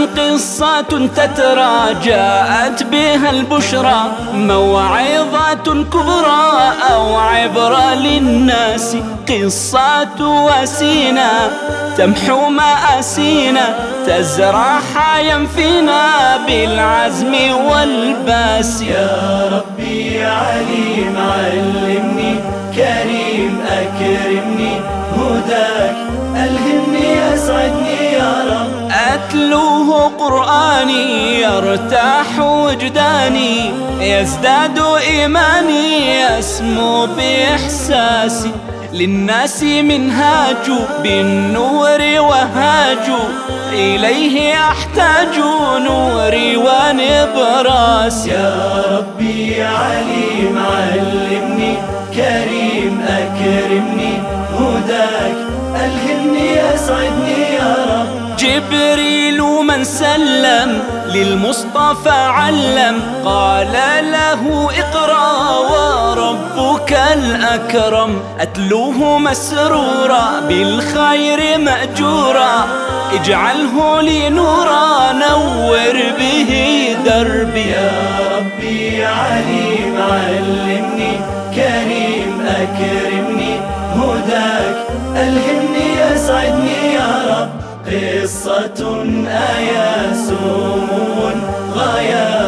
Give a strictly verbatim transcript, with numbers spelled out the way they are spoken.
قصة تترى جاءت بها البشرى، موعظة كبرى أو عبرة للناس، قصة واسينا تمحو مآسينا، تزرع حيا فينا بالعزم والباس. يا ربي يا عليم علمني، كريم أكرمني، هداك ألهمني أسعدني يا رب. أتلوه قرآني يرتاح وجداني، يزداد إيماني يسمو بإحساسي، للناس منهاج بالنور وهاج، إليه أحتاج نوري ونبراسي. يا ربي يا عليم علمني، كريم أكرمني، هداك ألهمني أسعدني يا رب. جبريل من سلم للمصطفى علم، قال له اقرأ وربك الأكرم، أتلوه مسرورا بالخير مأجورا، اجعله لي نورا نور به دربي. يا ربي يا عليم علمني، كريم أكرمني، هداك ألهمني أسعدني يا رب. قصة آية سمو غايات